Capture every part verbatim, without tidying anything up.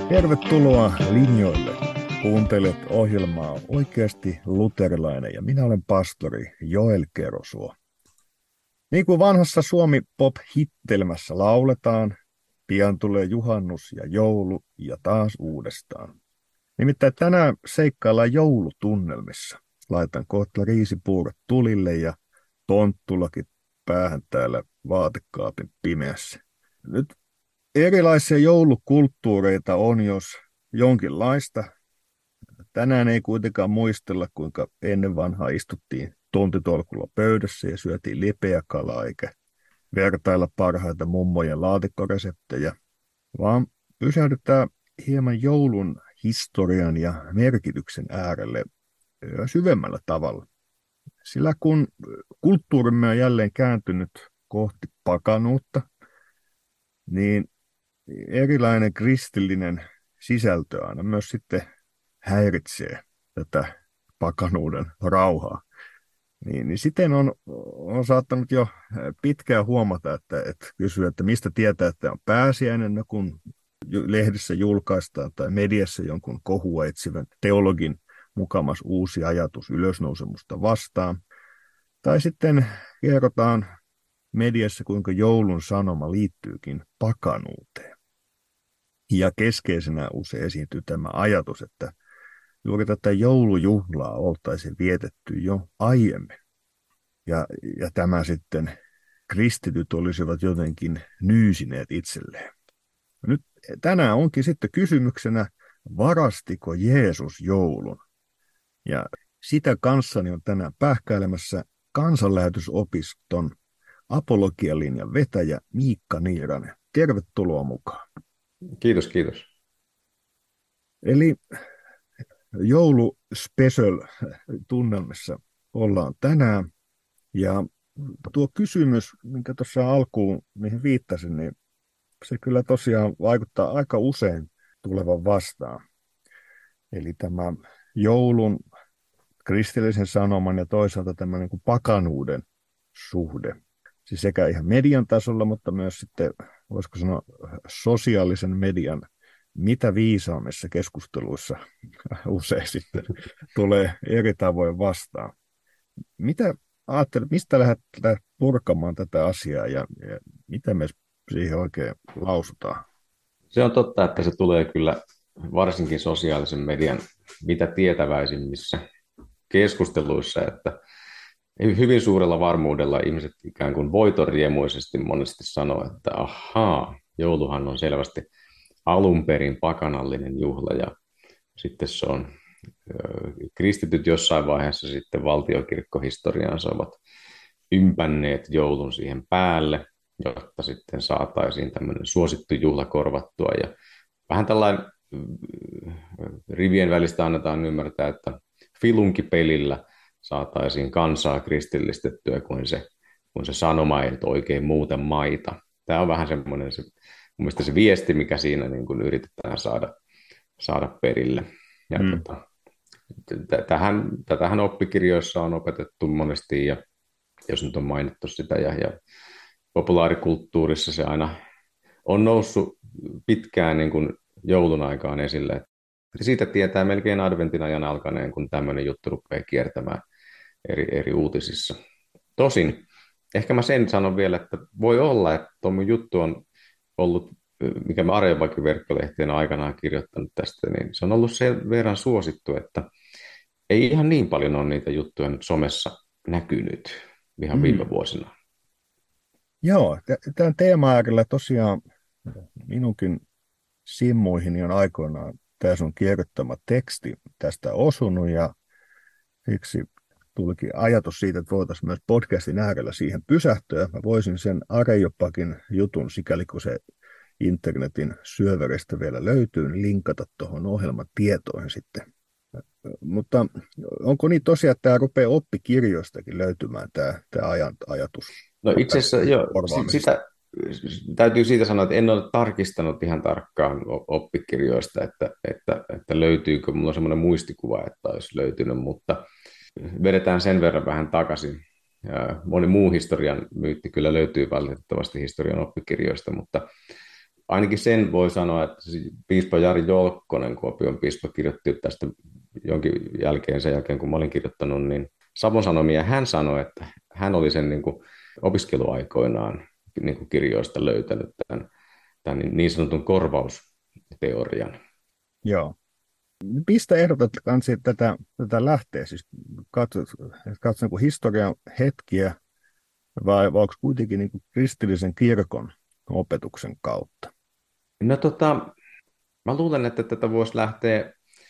Tervetuloa linjoille. Kuuntelet ohjelmaa Oikeasti luterilainen ja minä olen pastori Joel Kerosuo. Niin kuin vanhassa Suomi Pop-hittelmässä lauletaan, pian tulee juhannus ja joulu ja taas uudestaan. Nimittäin tänään seikkaillaan joulutunnelmissa. Laitan kohta riisipuurot tulille ja tonttulakin päähän täällä vaatekaapin pimeässä. Nyt erilaisia joulukulttuureita on jos jonkinlaista. Tänään ei kuitenkaan muistella, kuinka ennen vanhaa istuttiin tontitolkulla pöydässä ja syötiin lipeä kalaa, eikä vertailla parhaita mummojen laatikkoreseptejä, vaan pysähdytään hieman joulun historian ja merkityksen äärelle syvemmällä tavalla. Sillä kun kulttuurimme on jälleen kääntynyt kohti pakanuutta, niin erilainen kristillinen sisältö aina myös sitten häiritsee tätä pakanuuden rauhaa. Niin, niin siten on, on saattanut jo pitkään huomata, että, että kysyä, että mistä tietää, että on pääsiäinen, no kun lehdissä julkaistaan tai mediassa jonkun kohua etsivän teologin mukamas uusi ajatus ylösnousemusta vastaan. Tai sitten kerrotaan mediassa, kuinka joulun sanoma liittyykin pakanuuteen. Ja keskeisenä usein esiintyy tämä ajatus, että juuri tätä joulujuhlaa oltaisiin vietetty jo aiemmin. Ja, ja tämä sitten kristityt olisivat jotenkin nyysineet itselleen. Nyt tänään onkin sitten kysymyksenä, varastiko Jeesus joulun? Ja sitä kanssani on tänään pähkäilemässä kansanlähetysopiston apologialinjan vetäjä Miikka Niiranen. Tervetuloa mukaan. Kiitos, kiitos. Eli jouluspecial tunnelmissa ollaan tänään. Ja tuo kysymys, minkä tuossa alkuun mihin viittasin, niin se kyllä tosiaan vaikuttaa aika usein tulevan vastaan. Eli tämä joulun kristillisen sanoman ja toisaalta tämä niin kuin pakanuuden suhde. Siis sekä ihan median tasolla, mutta myös sitten, voisiko sanoa, sosiaalisen median mitä viisaammissa keskusteluissa usein sitten tulee eri tavoin vastaan. Mitä ajattelet, mistä lähdet purkamaan tätä asiaa ja, ja mitä me siihen oikein lausutaan? Se on totta, että se tulee kyllä varsinkin sosiaalisen median mitä tietäväisimmissä keskusteluissa, että hyvin suurella varmuudella ihmiset ikään kuin voitoriemuisesti monesti sanoo, että ahaa, jouluhan on selvästi alun perin pakanallinen juhla ja sitten se on kristityt jossain vaiheessa sitten valtiokirkkohistoriaansa ovat ympänneet joulun siihen päälle, jotta sitten saataisiin tämmöinen suosittu juhla korvattua. Ja vähän tällainen rivien välistä annetaan ymmärtää, että filunkipelillä saataisiin kansaa kristillistettyä, kun se, kun se sanoma ei nyt oikein muuten maita. Tämä on vähän semmoinen se, mun mielestä se viesti, mikä siinä niin kuin yritetään saada, saada perille. Ja Mm. tota, tätähän, tätähän oppikirjoissa on opetettu monesti, ja jos nyt on mainittu sitä, ja, ja populaarikulttuurissa se aina on noussut pitkään niin kuin joulun aikaan esille. Siitä tietää melkein adventin ajan alkaneen, kun tämmöinen juttu rupeaa kiertämään eri, eri uutisissa. Tosin, ehkä mä sen sanon vielä, että voi olla, että tuo juttu on ollut, mikä mä Arevakin verkkolehtiön aikanaan kirjoittanut tästä, niin se on ollut sen verran suosittu, että ei ihan niin paljon ole niitä juttuja nyt somessa näkynyt ihan viime Mm. vuosina. Joo, t- tämän teeman äärellä tosiaan minunkin simmuihini on aikoinaan tämä sun kirjoittama teksti tästä osunut ja siksi tulikin ajatus siitä, että voitaisiin myös podcastin äärellä siihen pysähtyä. Mä voisin sen Arejopakin jutun, sikäli kun se internetin syövereistä vielä löytyy, niin linkata tuohon ohjelman tietoihin sitten. Mutta onko niin tosiaan, että tämä rupeaa oppikirjoistakin löytymään tämä, tämä ajan, ajatus? No itse asiassa jo, Korvaamisesta. sitä, täytyy siitä sanoa, että en ole tarkistanut ihan tarkkaan oppikirjoista, että, että, että löytyykö, mulla on semmoinen muistikuva, että olisi löytynyt, mutta vedetään sen verran vähän takaisin. Moni muu historian myytti kyllä löytyy valitettavasti historian oppikirjoista, mutta ainakin sen voi sanoa, että se piispa Jari Jolkkonen, Kuopion piispa, kirjoitti tästä jonkin jälkeen, sen jälkeen kun mä olin kirjoittanut, niin Savon Sanomia, hän sanoi, että hän oli sen niin kuin opiskeluaikoinaan niin kuin kirjoista löytänyt tämän, tämän niin sanotun korvausteorian. Joo. Mistä ehdotat kansi tätä, tätä lähteä? Siis katsot, katsot niin historian hetkiä vai, vai onko kuitenkin niin kuin kristillisen kirkon opetuksen kautta? No tota, mä luulen, että tätä voisi lähteä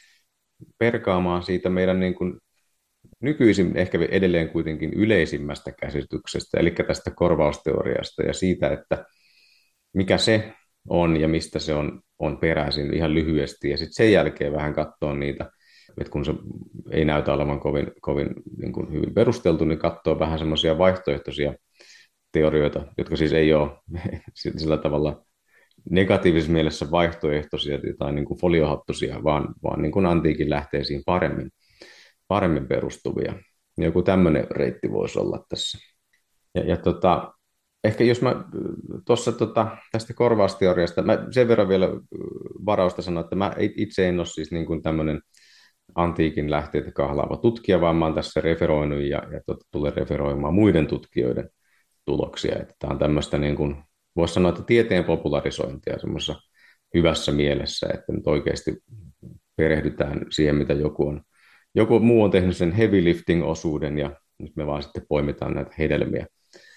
perkaamaan siitä meidän niin kuin nykyisin ehkä edelleen kuitenkin yleisimmästä käsityksestä, eli tästä korvausteoriasta ja siitä, että mikä se on ja mistä se on, on peräisin ihan lyhyesti. Ja sitten sen jälkeen vähän katsoa niitä, että kun se ei näytä olevan kovin, kovin niin kuin hyvin perusteltu, niin katsoa vähän semmoisia vaihtoehtoisia teorioita, jotka siis ei ole sillä tavalla negatiivisessa mielessä vaihtoehtoisia tai niin kuin foliohattusia, vaan, vaan niin kuin antiikin lähteisiin paremmin, paremmin perustuvia. Joku tämmöinen reitti voisi olla tässä. Ja, ja tota, ehkä jos mä tuossa tota, tästä korvausteoriasta, mä sen verran vielä varausta sanoa, että mä itse en ole siis niin kuin tämmöinen antiikin lähteitä kahlaava tutkija, vaan mä oon tässä referoinut ja, ja tota, tulen referoimaan muiden tutkijoiden tuloksia. Että tämä on tämmöistä, niin kuin, voisi sanoa, että tieteen popularisointia semmoisessa hyvässä mielessä, että nyt oikeasti perehdytään siihen, mitä joku on. Joku muu on tehnyt sen heavy lifting-osuuden ja nyt me vaan sitten poimitaan näitä hedelmiä.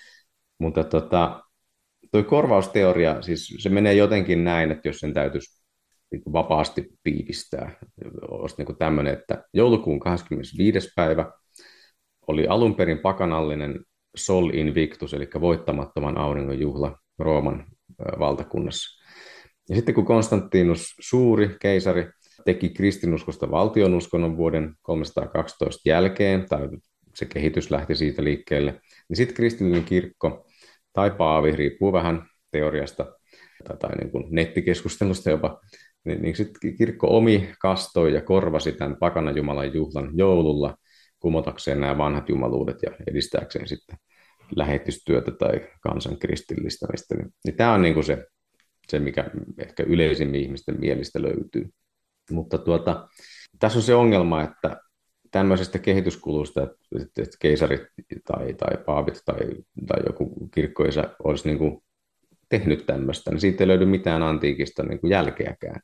Mutta tota, tuo korvausteoria, siis se menee jotenkin näin, että jos sen täytyisi niin kuin vapaasti tiivistää, olisi niin kuin tämmöinen, että joulukuun kahdeskymmenesviides päivä oli alun perin pakanallinen Sol Invictus, eli voittamattoman auringon juhla Rooman valtakunnassa. Ja sitten kun Konstantinus suuri keisari teki kristinuskosta valtionuskonnon vuoden kolmesataakaksitoista jälkeen, tai se kehitys lähti siitä liikkeelle, niin sitten kristillinen kirkko tai paavi, riippuu vähän teoriasta tai, tai niin kuin nettikeskustelusta jopa, niin, niin sitten kirkko omi kastoi ja korvasi tämän pakanajumalan juhlan joululla kumotakseen nämä vanhat jumaluudet ja edistääkseen sitten lähetystyötä tai kansan kristillistämistä. Niin, niin tämä on niin kuin se, se, mikä ehkä yleisimmin ihmisten mielistä löytyy. Mutta tuota, tässä on se ongelma, että tämmöisestä kehityskulusta, että, että keisarit tai, tai paavit tai, tai joku kirkkoisä olisi niin kuin tehnyt tämmöistä, niin siitä ei löydy mitään antiikista niin kuin jälkeäkään.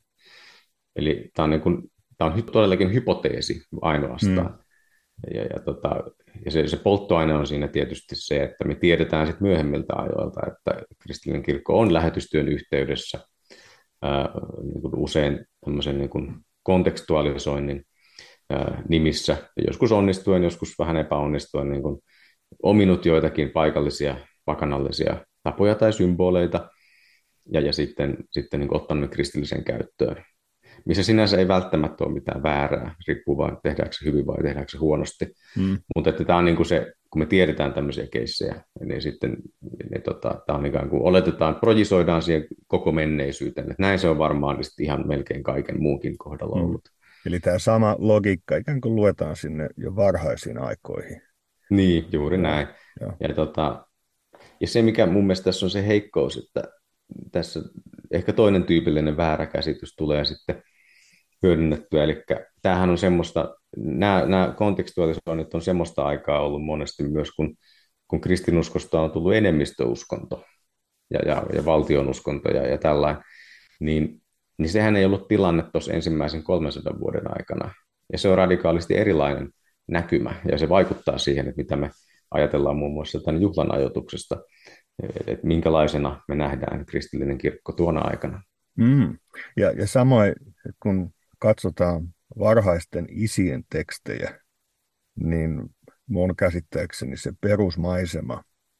Eli tämä on, niin kuin, tämä on todellakin hypoteesi ainoastaan. Mm. Ja, ja, tota, ja se, se polttoaine on siinä tietysti se, että me tiedetään sitten myöhemmiltä ajoilta, että kristillinen kirkko on lähetystyön yhteydessä ää, niin kuin usein tämmöisen niin kuin kontekstualisoinnin ää, nimissä, ja joskus onnistuen, joskus vähän epäonnistuen, niin kuin ominut joitakin paikallisia pakanallisia tapoja tai symboleita, ja, ja sitten, sitten niin kuin ottanut kristillisen käyttöön, missä sinänsä ei välttämättä ole mitään väärää, riippuu vain, tehdäänkö se hyvin vai tehdäänkö se huonosti. Mm. Mutta että tämä on niin kuin se, kun me tiedetään tämmöisiä keissejä, niin sitten niin tota, tämä on ikään kuin oletetaan, projisoidaan siihen koko menneisyyteen, että näin se on varmaan ihan melkein kaiken muunkin kohdalla ollut. Mm. Eli tämä sama logiikka ikään kuin luetaan sinne jo varhaisiin aikoihin. Niin, juuri ja, näin. Ja. Ja, tota, ja se, mikä mun mielestä tässä on se heikkous, että tässä ehkä toinen tyypillinen väärä käsitys tulee sitten hyödynnettyä, eli tämähän on semmoista, nämä, nämä kontekstualisoinnit on semmoista aikaa ollut monesti myös, kun, kun kristinuskosta on tullut enemmistöuskonto ja, ja, ja valtionuskonto ja, ja tällainen, niin, niin sehän ei ollut tilanne tuossa ensimmäisen kolmensadan vuoden aikana, ja se on radikaalisti erilainen näkymä, ja se vaikuttaa siihen, että mitä me ajatellaan muun muassa tämän juhlan ajoituksesta, että minkälaisena me nähdään kristillinen kirkko tuona aikana. Mm. Ja, ja samoin, kun katsotaan varhaisten isien tekstejä, niin mun käsittääkseni se perusmaisema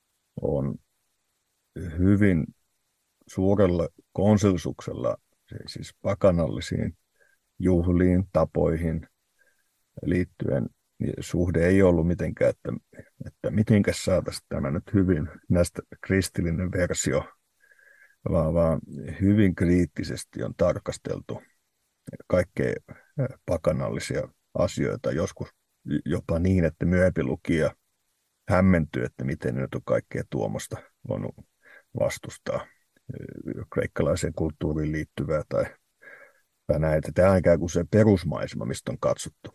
on hyvin suurella konsensuksella, siis pakanallisiin juhliin, tapoihin liittyen. Suhde ei ollut mitenkään, että, että mitenkäs saataisiin tämä nyt hyvin näistä kristillinen versio, vaan, vaan hyvin kriittisesti on tarkasteltu kaikkea pakanallisia asioita, joskus jopa niin, että myöhempi lukija hämmentyy, että miten nyt on kaikkea tuommoista voinut vastustaa. kreikkalaiseen kulttuuriin liittyvää tai, tai näin, että tämä on ikään kuin se perusmaisema, mistä on katsottu.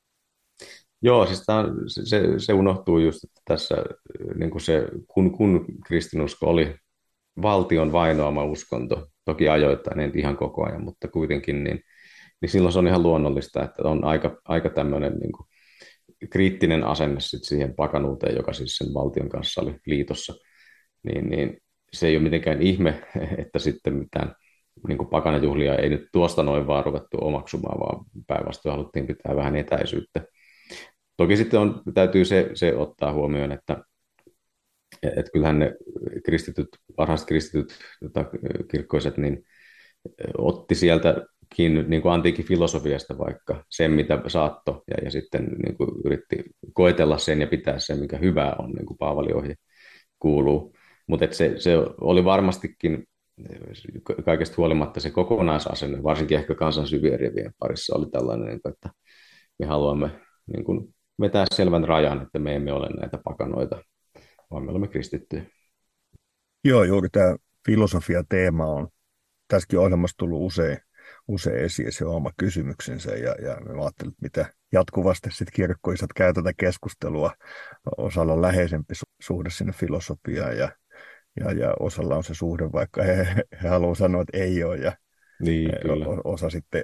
Joo, siis tää on, se, se unohtuu just, että tässä niin kuin se, kun, kun kristinusko oli valtion vainoama uskonto, toki ajoittain, ei ihan koko ajan, mutta kuitenkin, niin, niin silloin se on ihan luonnollista, että on aika, aika tämmöinen niin kuin kriittinen asenne sit siihen pakanuuteen, joka siis sen valtion kanssa oli liitossa, niin, niin se ei ole mitenkään ihme, että sitten mitään niin kuin pakanajuhlia ei nyt tuosta noin vaan ruvettu omaksumaan, vaan päinvastoin haluttiin pitää vähän etäisyyttä. Toki sitten on, täytyy se, se ottaa huomioon, että, että kyllähän ne kristityt, varhaiset kristityt tota, kirkkoiset, niin otti sieltäkin niin kuin antiikin filosofiasta vaikka sen, mitä saatto, ja, ja sitten niin kuin yritti koetella sen ja pitää sen, mikä hyvää on, niin kuin Paavali ohje kuuluu. Mutta se, se oli varmastikin kaikesta huolimatta se kokonaisasenne, varsinkin ehkä kansan syvien rivien parissa oli tällainen, että me haluamme niin kuin vetää selvän rajan, että me emme ole näitä pakanoita, vaan me olemme kristittyjä. Joo, juuri tämä filosofia-teema on tässäkin ohjelmassa tullut usein, usein esiin, se on oma kysymyksensä, ja, ja mä ajattelin, että mitä jatkuvasti sitten kirkkoisat käy tätä keskustelua, osalla on läheisempi suhde sinne filosofiaan, ja, ja, ja osalla on se suhde, vaikka he, he haluavat sanoa, että ei ole, ja Niin, kyllä. osa sitten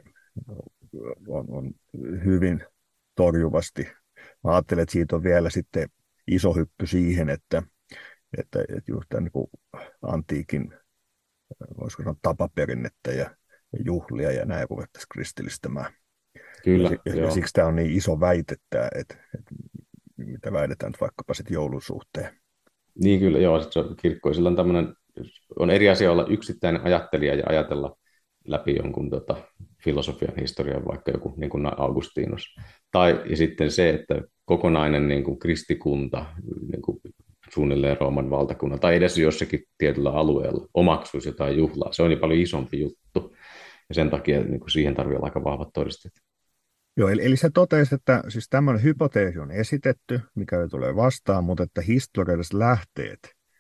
on, on hyvin torjuvasti. Mä ajattelen, että siitä on vielä sitten iso hyppy siihen, että, että, että just tämän niin kuin antiikin, voisiko sanoa, tapaperinnettä ja, ja juhlia ja näin ruvettaisiin kristillistämään. Kyllä, ja, ja, joo. ja siksi tämä on niin iso väite, että, että, että mitä väitetään nyt vaikkapa sitten joulun suhteen. Niin kyllä, joo, sit se on kirkkoisilla on tämmöinen, on eri asia olla yksittäinen ajattelija ja ajatella läpi jonkun tota, filosofian historian, vaikka joku niin kuin Augustinus. Tai ja sitten se, että kokonainen niin kuin kristikunta, niin kuin suunnilleen Rooman valtakunnan, tai edes jossakin tietyllä alueella omaksuisi jotain juhlaa. Se on niin paljon isompi juttu, ja sen takia niin kuin siihen tarvitsee olla aika vahvat todisteet. Joo, eli, eli sä totesit, että siis tämmöinen hypoteesi on esitetty, mikä ei tule vastaan, mutta että historialliset lähteet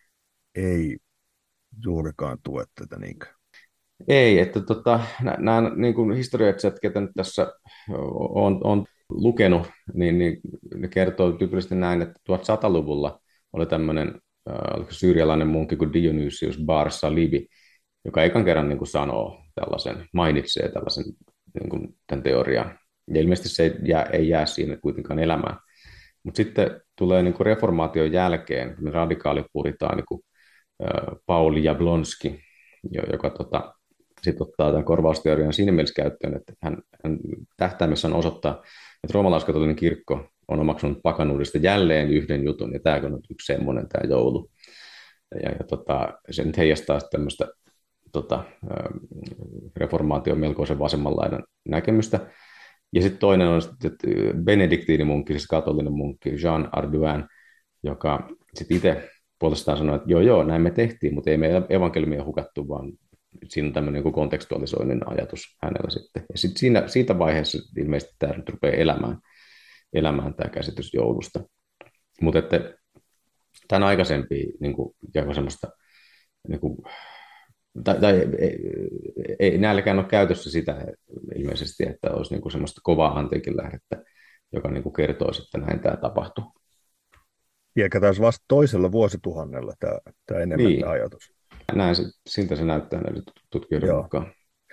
ei juurikaan tue tätä niinkään. Ei, että tota, nämä niin kuin historioitsijat, ketä nyt tässä on, on lukenut, niin, niin ne kertoo tyypillisesti näin, että tuhatsataluvulla oli tämmöinen äh, syyrialainen munkki kuin Dionysius Bar Salibi, joka ekan kerran niin kuin sanoo tällaisen, mainitsee tällaisen niin kuin, tämän teorian. Ja ilmeisesti se ei jää, ei jää siinä kuitenkaan elämään. Mutta sitten tulee niin kuin reformaation jälkeen radikaali puritaani kuin äh, Paul Jablonski, joka tota, sitten ottaa tämän korvausteorian siinä mielessä käyttöön, että hän, hän tähtäimessä on osoittaa, että roomalaiskatolinen kirkko on omaksunut pakanuudesta jälleen yhden jutun, ja tämä on nyt yksi semmoinen, tämä joulu. Ja, ja tota, se nyt heijastaa tämmöistä tota, reformaation melkoisen vasemmanlaidan näkemystä. Ja sitten toinen on sitten benediktiinimunkki, siis katolinen munkki, Jean Arduin, joka sitten itse puolestaan sanoi, että joo joo, näin me tehtiin, mutta ei me evankeliumia hukattu, vaan siinä on tämmöinen niin kontekstualisoinnin ajatus hänellä sitten. Ja sitten siinä, siitä vaiheessa ilmeisesti tämä nyt rupeaa elämään, elämään tämä käsitys joulusta. Mutta että tämän aikaisempi niin kuin, ikään kuin semmoista, niin kuin, tai, tai ei, ei näilläkään ole käytössä sitä ilmeisesti, että olisi niin kuin semmoista kovaa antiikin lähdettä, joka niin kuin kertoisi, että näin tämä tapahtuu. Eikä taas vasta toisella vuosituhannella tämä, tämä enemmän Niin. tämä ajatus. Näin se, siltä se näyttää näiden tutkijoiden Joo. mukaan.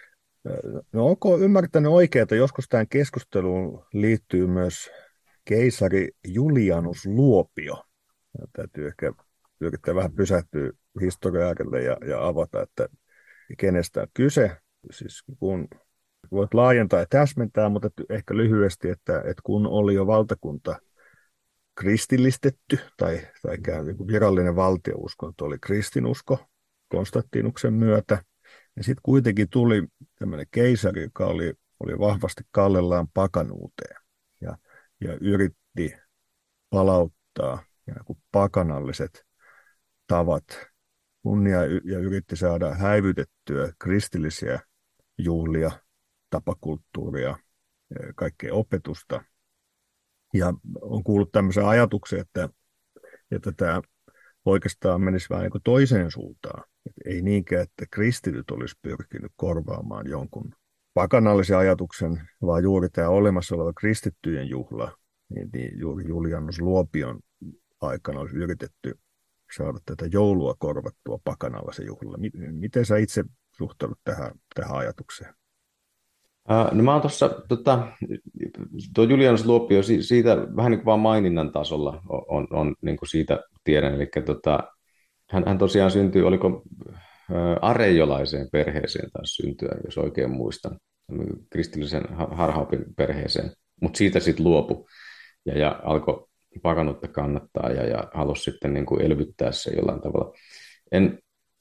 No onko ymmärtänyt oikein, että joskus tähän keskusteluun liittyy myös keisari Julianus Luopio? Ja täytyy ehkä yrittää vähän pysähtyä historian äärelle ja, ja avata, että kenestä on kyse. Siis kun voit laajentaa ja täsmentää, mutta ehkä lyhyesti, että, että kun oli jo valtakunta kristillistetty, tai, tai niin kuin virallinen valtiouskonto oli kristinusko Konstantinuksen myötä, ja sitten kuitenkin tuli tämmöinen keisari, joka oli, oli vahvasti kallellaan pakanuuteen, ja, ja yritti palauttaa kuin pakanalliset tavat kunnia ja yritti saada häivytettyä kristillisiä juhlia, tapakulttuuria, kaikkea opetusta. Ja on kuullut tämmöisen ajatuksen, että, että tämä oikeastaan menisi vähän niin kuin toiseen suuntaan. Ei niinkään, että kristityt olisi pyrkinyt korvaamaan jonkun pakanallisen ajatuksen, vaan juuri tämä olemassa oleva kristittyjen juhla, niin, niin juuri Julianus Luopion aikana olisi yritetty saada tätä joulua korvattua pakanallisen juhlalla. Miten sä itse suhtaudut tähän, tähän ajatukseen? Ää, No mä oon tuossa, tota, tuo Julianus Luopio, si- siitä vähän niin kuin vaan maininnan tasolla on, on, on niin kuin siitä tiedän, eli tota, hän, hän tosiaan syntyi, oliko ää, arejolaiseen perheeseen taas syntyä, jos oikein muistan, kristillisen ha- harhaopin perheeseen, mutta siitä sitten luopui ja, ja alkoi pakanutta kannattaa ja, ja halusi sitten niin kuin elvyttää se jollain tavalla. En,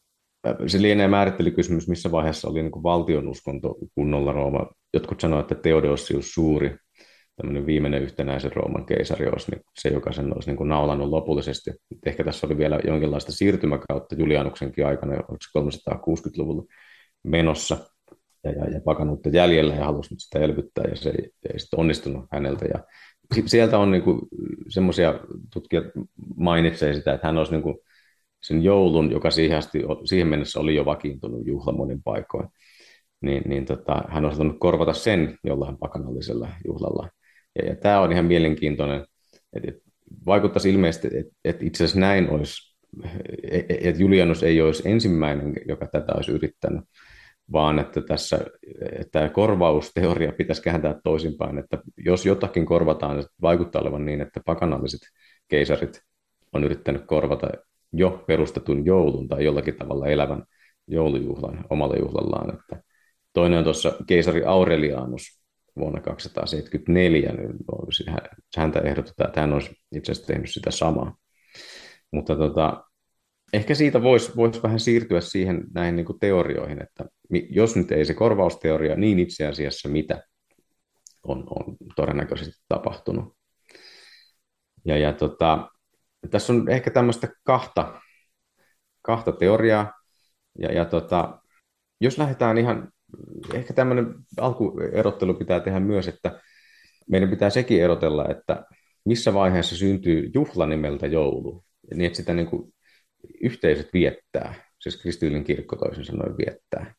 Se lienee määrittelykysymys, missä vaiheessa oli niin kuin valtionuskonto kunnolla Rooma. Jotkut sanoivat, että Theodosius Suuri, tämmöinen viimeinen yhtenäisen Rooman keisari, olisi niin se, joka sen olisi niin kuin naulannut lopullisesti. Ehkä tässä oli vielä jonkinlaista siirtymäkautta Julianuksenkin aikana, oliko se kolmesataakuusikymmentäluvulla menossa, ja, ja, ja pakanuutta jäljellä, ja halusi nyt sitä elvyttää, ja se ei, ei sitten onnistunut häneltä. Ja sieltä on niin semmoisia, tutkijat mainitsee sitä, että hän olisi niin kuin sen joulun, joka siihen, asti, siihen mennessä oli jo vakiintunut juhla monin paikoin, niin, niin tota, hän olisi voinut korvata sen jollain pakanallisella juhlalla. Ja, ja tämä on ihan mielenkiintoinen, että et, vaikuttaisi ilmeisesti, että et itse asiassa näin olisi, että et Julianus ei olisi ensimmäinen, joka tätä olisi yrittänyt, vaan että tässä että tämä korvausteoria pitäisi kääntää toisinpäin, että jos jotakin korvataan, niin vaikuttaa olevan niin, että pakanalliset keisarit on yrittänyt korvata jo perustetun joulun tai jollakin tavalla elävän joulujuhlan omalla juhlallaan. Että toinen on tuossa keisari Aurelianus vuonna kaksisataaseitsemänkymmentäneljä, niin häntä ehdotetaan, että hän olisi itse asiassa tehnyt sitä samaa. Mutta tota, ehkä siitä voisi vois vähän siirtyä siihen näihin niin kuin teorioihin, että jos nyt ei se korvausteoria, niin itse asiassa mitä on, on todennäköisesti tapahtunut. Ja, ja tota, tässä on ehkä tämmöistä kahta, kahta teoriaa, ja, ja tota, jos lähdetään ihan, ehkä tämmöinen alkuerottelu pitää tehdä myös, että meidän pitää sekin erotella, että missä vaiheessa syntyy juhla nimeltä joulu, niin että sitä niin kuin yhteisöt viettää, siis kristillinen kirkko toisin sanoen viettää.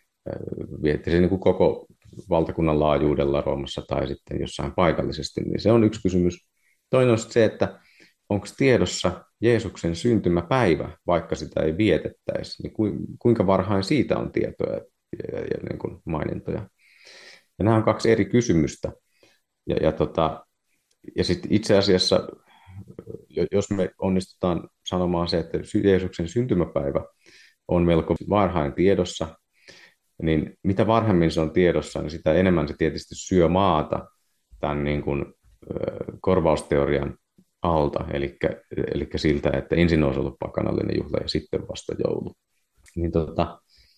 Vietti se niin kuin koko valtakunnan laajuudella Roomassa tai sitten jossain paikallisesti, niin se on yksi kysymys. Toinen on se, että onko tiedossa Jeesuksen syntymäpäivä, vaikka sitä ei vietettäisi, niin kuinka varhain siitä on tietoja ja, ja niin kuin mainintoja. Ja nämä on kaksi eri kysymystä. Ja, ja, tota, ja sitten itse asiassa, jos me onnistutaan sanomaan se, että Jeesuksen syntymäpäivä on melko varhain tiedossa, niin mitä varhemmin se on tiedossa, niin sitä enemmän se tietysti syö maata tämän niin kuin, korvausteorian alta, eli, eli siltä, että ensin olisi ollut pakanallinen juhla ja sitten vasta joulu. Niin tota,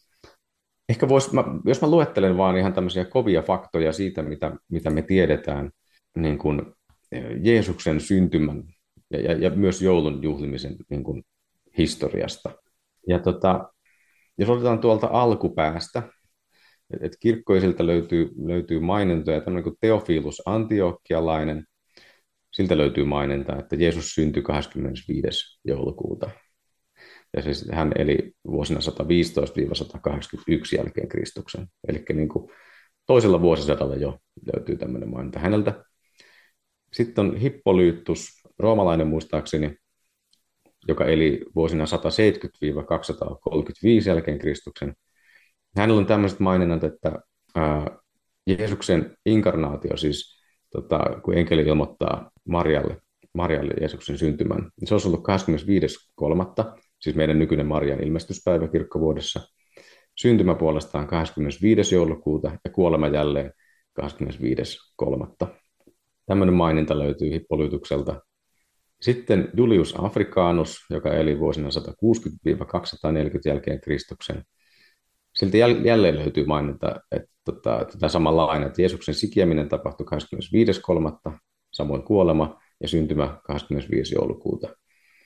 ehkä vois, mä, jos mä luettelen vaan ihan tämmöisiä kovia faktoja siitä, mitä, mitä me tiedetään niin kuin Jeesuksen syntymän ja, ja, ja myös joulun juhlimisen niin kuin historiasta. Ja tota, jos otetaan tuolta alkupäästä, että et kirkkoisilta löytyy, löytyy mainintoja, tämmöinen kuin Theophilus Antiokialainen, siltä löytyy maininta, että Jeesus syntyi kahdeskymmenesviides joulukuuta. Ja siis hän eli vuosina sata viisitoista sata kahdeksankymmentäyksi jälkeen Kristuksen. Eli niin kuin toisella vuosisadalla jo löytyy tämmöinen maininta häneltä. Sitten on Hippolytus, roomalainen muistaakseni, joka eli vuosina sata seitsemänkymmentä kaksisataakolmekymmentäviisi jälkeen Kristuksen. Hänellä on tämmöiset maininnat, että ää, Jeesuksen inkarnaatio, siis tota, kun enkeli ilmoittaa Marjalle, Marjalle Jeesuksen syntymän, niin se olisi ollut kahdeskymmenesviides kolmatta siis meidän nykyinen Marian ilmestyspäivä kirkkovuodessa. Syntymä puolestaan kahdeskymmenesviides joulukuuta ja kuolema jälleen kahdeskymmenesviides kolmatta Tämmöinen maininta löytyy Hippolytukselta. Sitten Julius Africanus, joka eli vuosina sata kuusikymmentä kaksisataaneljäkymmentä jälkeen Kristuksen. Siltä jälleen löytyy maininta, että tota, tätä samanlainen, että Jeesuksen sikiäminen tapahtui kahdeskymmenesviides kolmatta samoin kuolema ja syntymä kahdeskymmenesviides joulukuuta.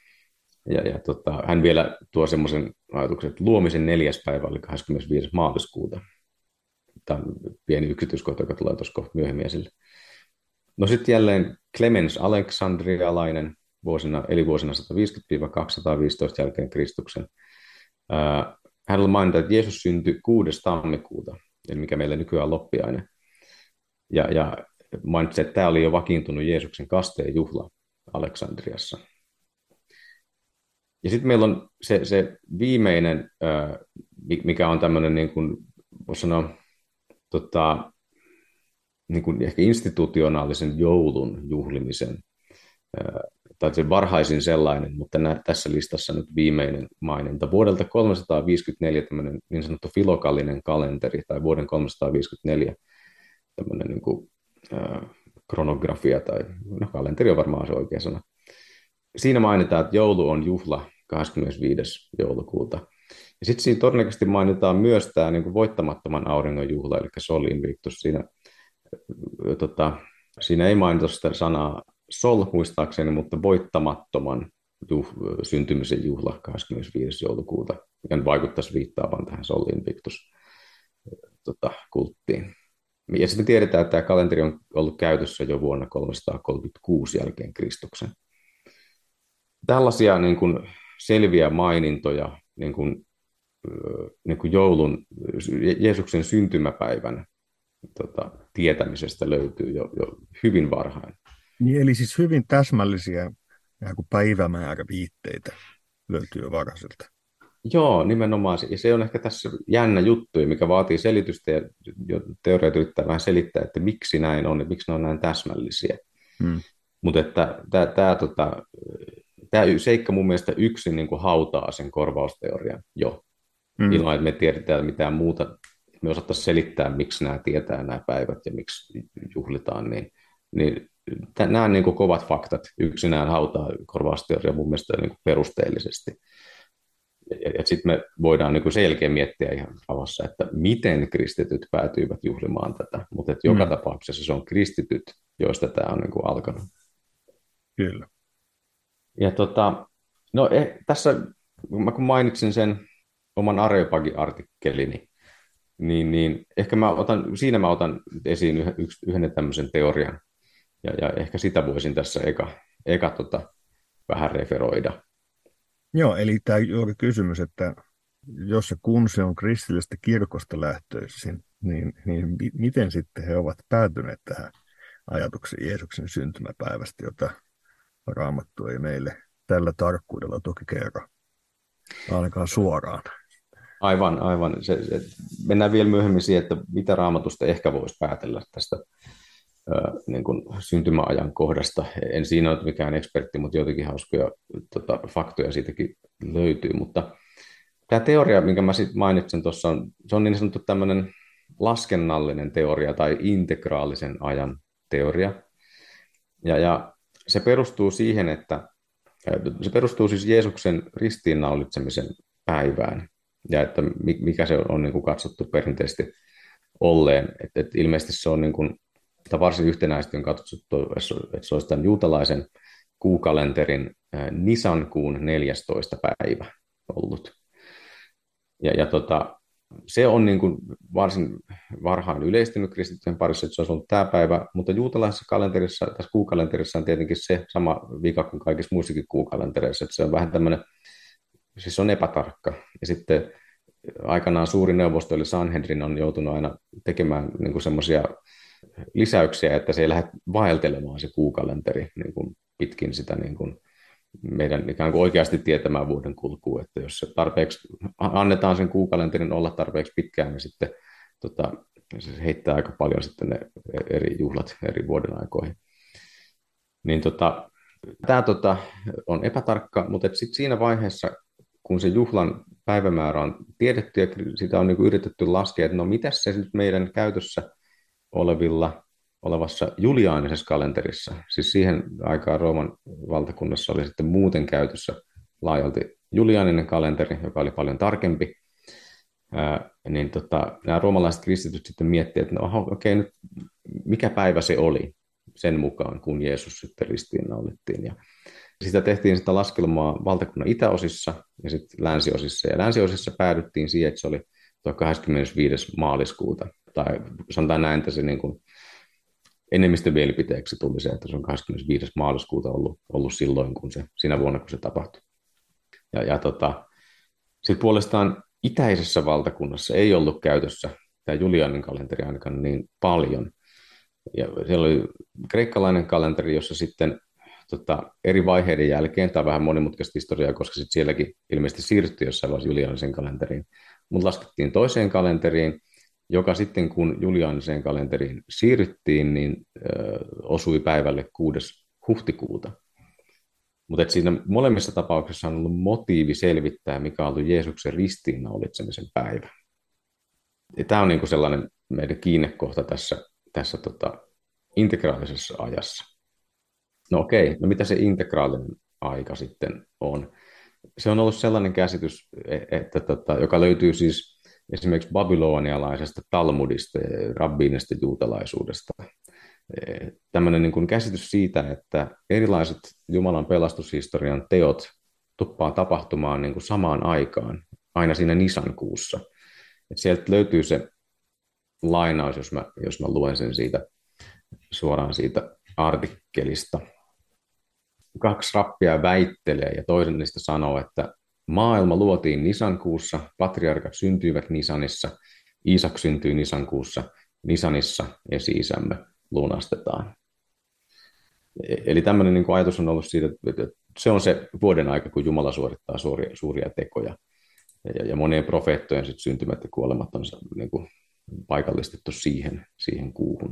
Ja, ja tota, hän vielä tuo semmoisen ajatuksen, että luomisen neljäs päivä oli kahdeskymmenesviides maaliskuuta. Tämä on pieni yksityiskohta, joka tulee tuossa kohta myöhemmin esille. No sitten jälleen Clemens Aleksandrialainen vuosina, eli vuosina sata viisikymmentä kaksisataaviisitoista jälkeen Kristuksen. Hänellä mainitaan, että Jeesus syntyi kuudes tammikuuta, eli mikä meillä nykyään on loppiainen. Ja, ja mainitsi, että tämä oli jo vakiintunut Jeesuksen kasteen juhla Aleksandriassa. Ja sitten meillä on se, se viimeinen, mikä on tämmöinen, niin kuin, voisi sanoa, tota, niin kuin ehkä institutionaalisen joulun juhlimisen, tai se varhaisin sellainen, mutta nä, tässä listassa nyt viimeinen maininta. Vuodelta kolmesataaviisikymmentäneljä tämmöinen niin sanottu filokallinen kalenteri, tai vuoden kolmesataaviisikymmentäneljä tämmöinen niin kuin, äh, kronografia, tai no, kalenteri on varmaan se oikea sana. Siinä mainitaan, että joulu on juhla kahdeskymmenesviides joulukuuta. Ja sitten siinä todennäköisesti mainitaan myös tämä niin kuin voittamattoman auringon juhla, eli Sol Invictus. Siinä, tota, siinä ei mainita sitä sanaa Sol muistaakseni, mutta voittamattoman juh, syntymisen juhla kahdeskymmenesviides joulukuuta, mikä vaikuttaisi viittaavan tähän Sol Invictus tota, kulttiin. Ja sitten me tiedetään, että tämä kalenteri on ollut käytössä jo vuonna kolmesataakolmekymmentäkuusi jälkeen Kristuksen. Tällaisia niin kuin selviä mainintoja niin kuin, niin kuin joulun, Jeesuksen syntymäpäivän tota, tietämisestä löytyy jo, jo hyvin varhain. Niin, eli siis hyvin täsmällisiä päivämääräviitteitä löytyy jo varhaiselta. Joo, nimenomaan. Ja se on ehkä tässä jännä juttu, mikä vaatii selitystä, ja teoriat yrittää vähän selittää, että miksi näin on, että miksi ne on näin täsmällisiä. Hmm. Mutta että tämä tota, seikka mun mielestä yksin niin kuin hautaa sen korvausteorian jo, hmm. ilman että me tiedetään mitään muuta. Me osattaisiin selittää, miksi nämä tietää nämä päivät ja miksi juhlitaan, niin, niin nämä niin kuin kovat faktat yksinään hautaa korvausteoria mun mielestä niin kuin perusteellisesti. Ja sitten me voidaan niin kuin sen jälkeen miettiä ihan rauhassa, että miten kristityt päätyivät juhlimaan tätä. Mutta joka mm. tapauksessa se on kristityt, joista tämä on niin kuin alkanut. Kyllä. Ja tota, no eh, tässä, mä kun mainitsin sen oman Areopagi-artikkelini, niin, niin ehkä mä otan, siinä mä otan esiin yhden, yhden tämmöisen teorian. Ja, ja ehkä sitä voisin tässä eka, eka tota, vähän referoida. Joo, eli tämä juuri kysymys, että jos ja kun se on kristillisestä kirkosta lähtöisin, niin, niin miten sitten he ovat päätyneet tähän ajatukseen Jeesuksen syntymäpäivästä, jota Raamattu ei meille tällä tarkkuudella toki kerro, ainakaan suoraan. Aivan, aivan. Se, se, mennään vielä myöhemmin siihen, että mitä Raamatusta ehkä voisi päätellä tästä ää, niin kuin syntymäajan kohdasta. En siinä ole mikään ekspertti, mutta jotenkin hauskoja tota, faktoja siitäkin löytyy. Mutta tämä teoria, minkä mä sit mainitsin tuossa, on, se on niin sanottu tämmöinen laskennallinen teoria tai integraalisen ajan teoria. Ja, ja se perustuu siihen, että se perustuu siis Jeesuksen ristiinnaulitsemisen päivään. Ja että mikä se on niin kuin katsottu perinteisesti olleen. Että, että ilmeisesti se on niin kuin, varsin yhtenäisesti on katsottu, että se olisi tämän juutalaisen kuukalenterin Nisan kuun neljästoista päivä ollut. Ja, ja tota, se on niin kuin varsin varhain yleistynyt kristittyjen parissa, että se olisi ollut tämä päivä, mutta juutalaisessa kalenterissa, tässä kuukalenterissa on tietenkin se sama vika kuin kaikissa muissakin kuukalentereissa, että se on vähän tämmöinen, siis se on epätarkka. Ja sitten aikanaan suuri neuvosto, eli Sanhedrin, on joutunut aina tekemään niin kuin semmoisia lisäyksiä, että se ei lähde vaeltelemaan se kuukalenteri niin kuin pitkin sitä niin kuin meidän ikään kuin oikeasti tietämään vuoden kulkua, että jos se tarpeeksi, annetaan sen kuukalenterin olla tarpeeksi pitkään, niin sitten tota, se heittää aika paljon sitten ne eri juhlat eri vuoden aikoihin. Niin tota, tämä tota, on epätarkka, mutta sitten siinä vaiheessa, kun se juhlan päivämäärä on tiedetty ja sitä on niin kuin yritetty laskea, että no mitäs se nyt meidän käytössä olevilla olevassa juliaanisessa kalenterissa, siis siihen aikaan Rooman valtakunnassa oli sitten muuten käytössä laajalti juliaaninen kalenteri, joka oli paljon tarkempi, ää, niin tota, nämä roomalaiset kristityt sitten miettivät, että no okei, nyt mikä päivä se oli sen mukaan, kun Jeesus sitten ristiinnaulittiin. Ja sitä tehtiin sitä laskelmaa valtakunnan itäosissa ja sitten länsiosissa, ja länsiosissa päädyttiin siihen, että se oli tuo kahdeskymmenesviides maaliskuuta, tai sanotaan näin, että se niin kuin enemmistön mielipiteeksi tuli se, että se on kahdeskymmenesviides maaliskuuta ollut, ollut silloin, kun se, siinä vuonna, kun se tapahtui. Ja, ja tota, Sitten puolestaan itäisessä valtakunnassa ei ollut käytössä tämä Julianin kalenteri ainakaan niin paljon. Ja siellä oli kreikkalainen kalenteri, jossa sitten tota, eri vaiheiden jälkeen, tämä on vähän monimutkaista historiaa, koska sitten sielläkin ilmeisesti siirryttiin jossain vaiheessa Julianisen kalenteriin, mutta laskettiin toiseen kalenteriin, joka sitten kun Julianiseen kalenteriin siirryttiin, niin ö, osui päivälle kuudes huhtikuuta. Mutta siinä molemmissa tapauksissa on ollut motiivi selvittää, mikä on ollut Jeesuksen ristiinnaulitsemisen päivä. Ja tämä on niinku sellainen meidän kiinnekohta tässä, tässä tota, integraalisessa ajassa. No okei, no mitä se integraalinen aika sitten on? Se on ollut sellainen käsitys, e- että, tota, joka löytyy siis esimerkiksi babylonialaisesta Talmudista ja rabbiinista juutalaisuudesta. Tämmöinen niin kuin käsitys siitä, että erilaiset Jumalan pelastushistorian teot tuppaa tapahtumaan niin kuin samaan aikaan, aina siinä Nisan kuussa. Et sieltä löytyy se lainaus, jos mä, jos mä luen sen siitä suoraan siitä artikkelista. Kaksi rappia väittelee ja toisen niistä sanoo, että maailma luotiin Nisan kuussa, patriarkat syntyivät Nisanissa, Iisak syntyi Nisan kuussa, Nisanissa esi-isämme lunastetaan. Eli tämmöinen niin kuin ajatus on ollut siitä, että se on se vuoden aika, kun Jumala suorittaa suuria, suuria tekoja. Ja, ja monien profeettojen sit syntymät ja kuolemat on niin kuin paikallistettu siihen, siihen kuuhun.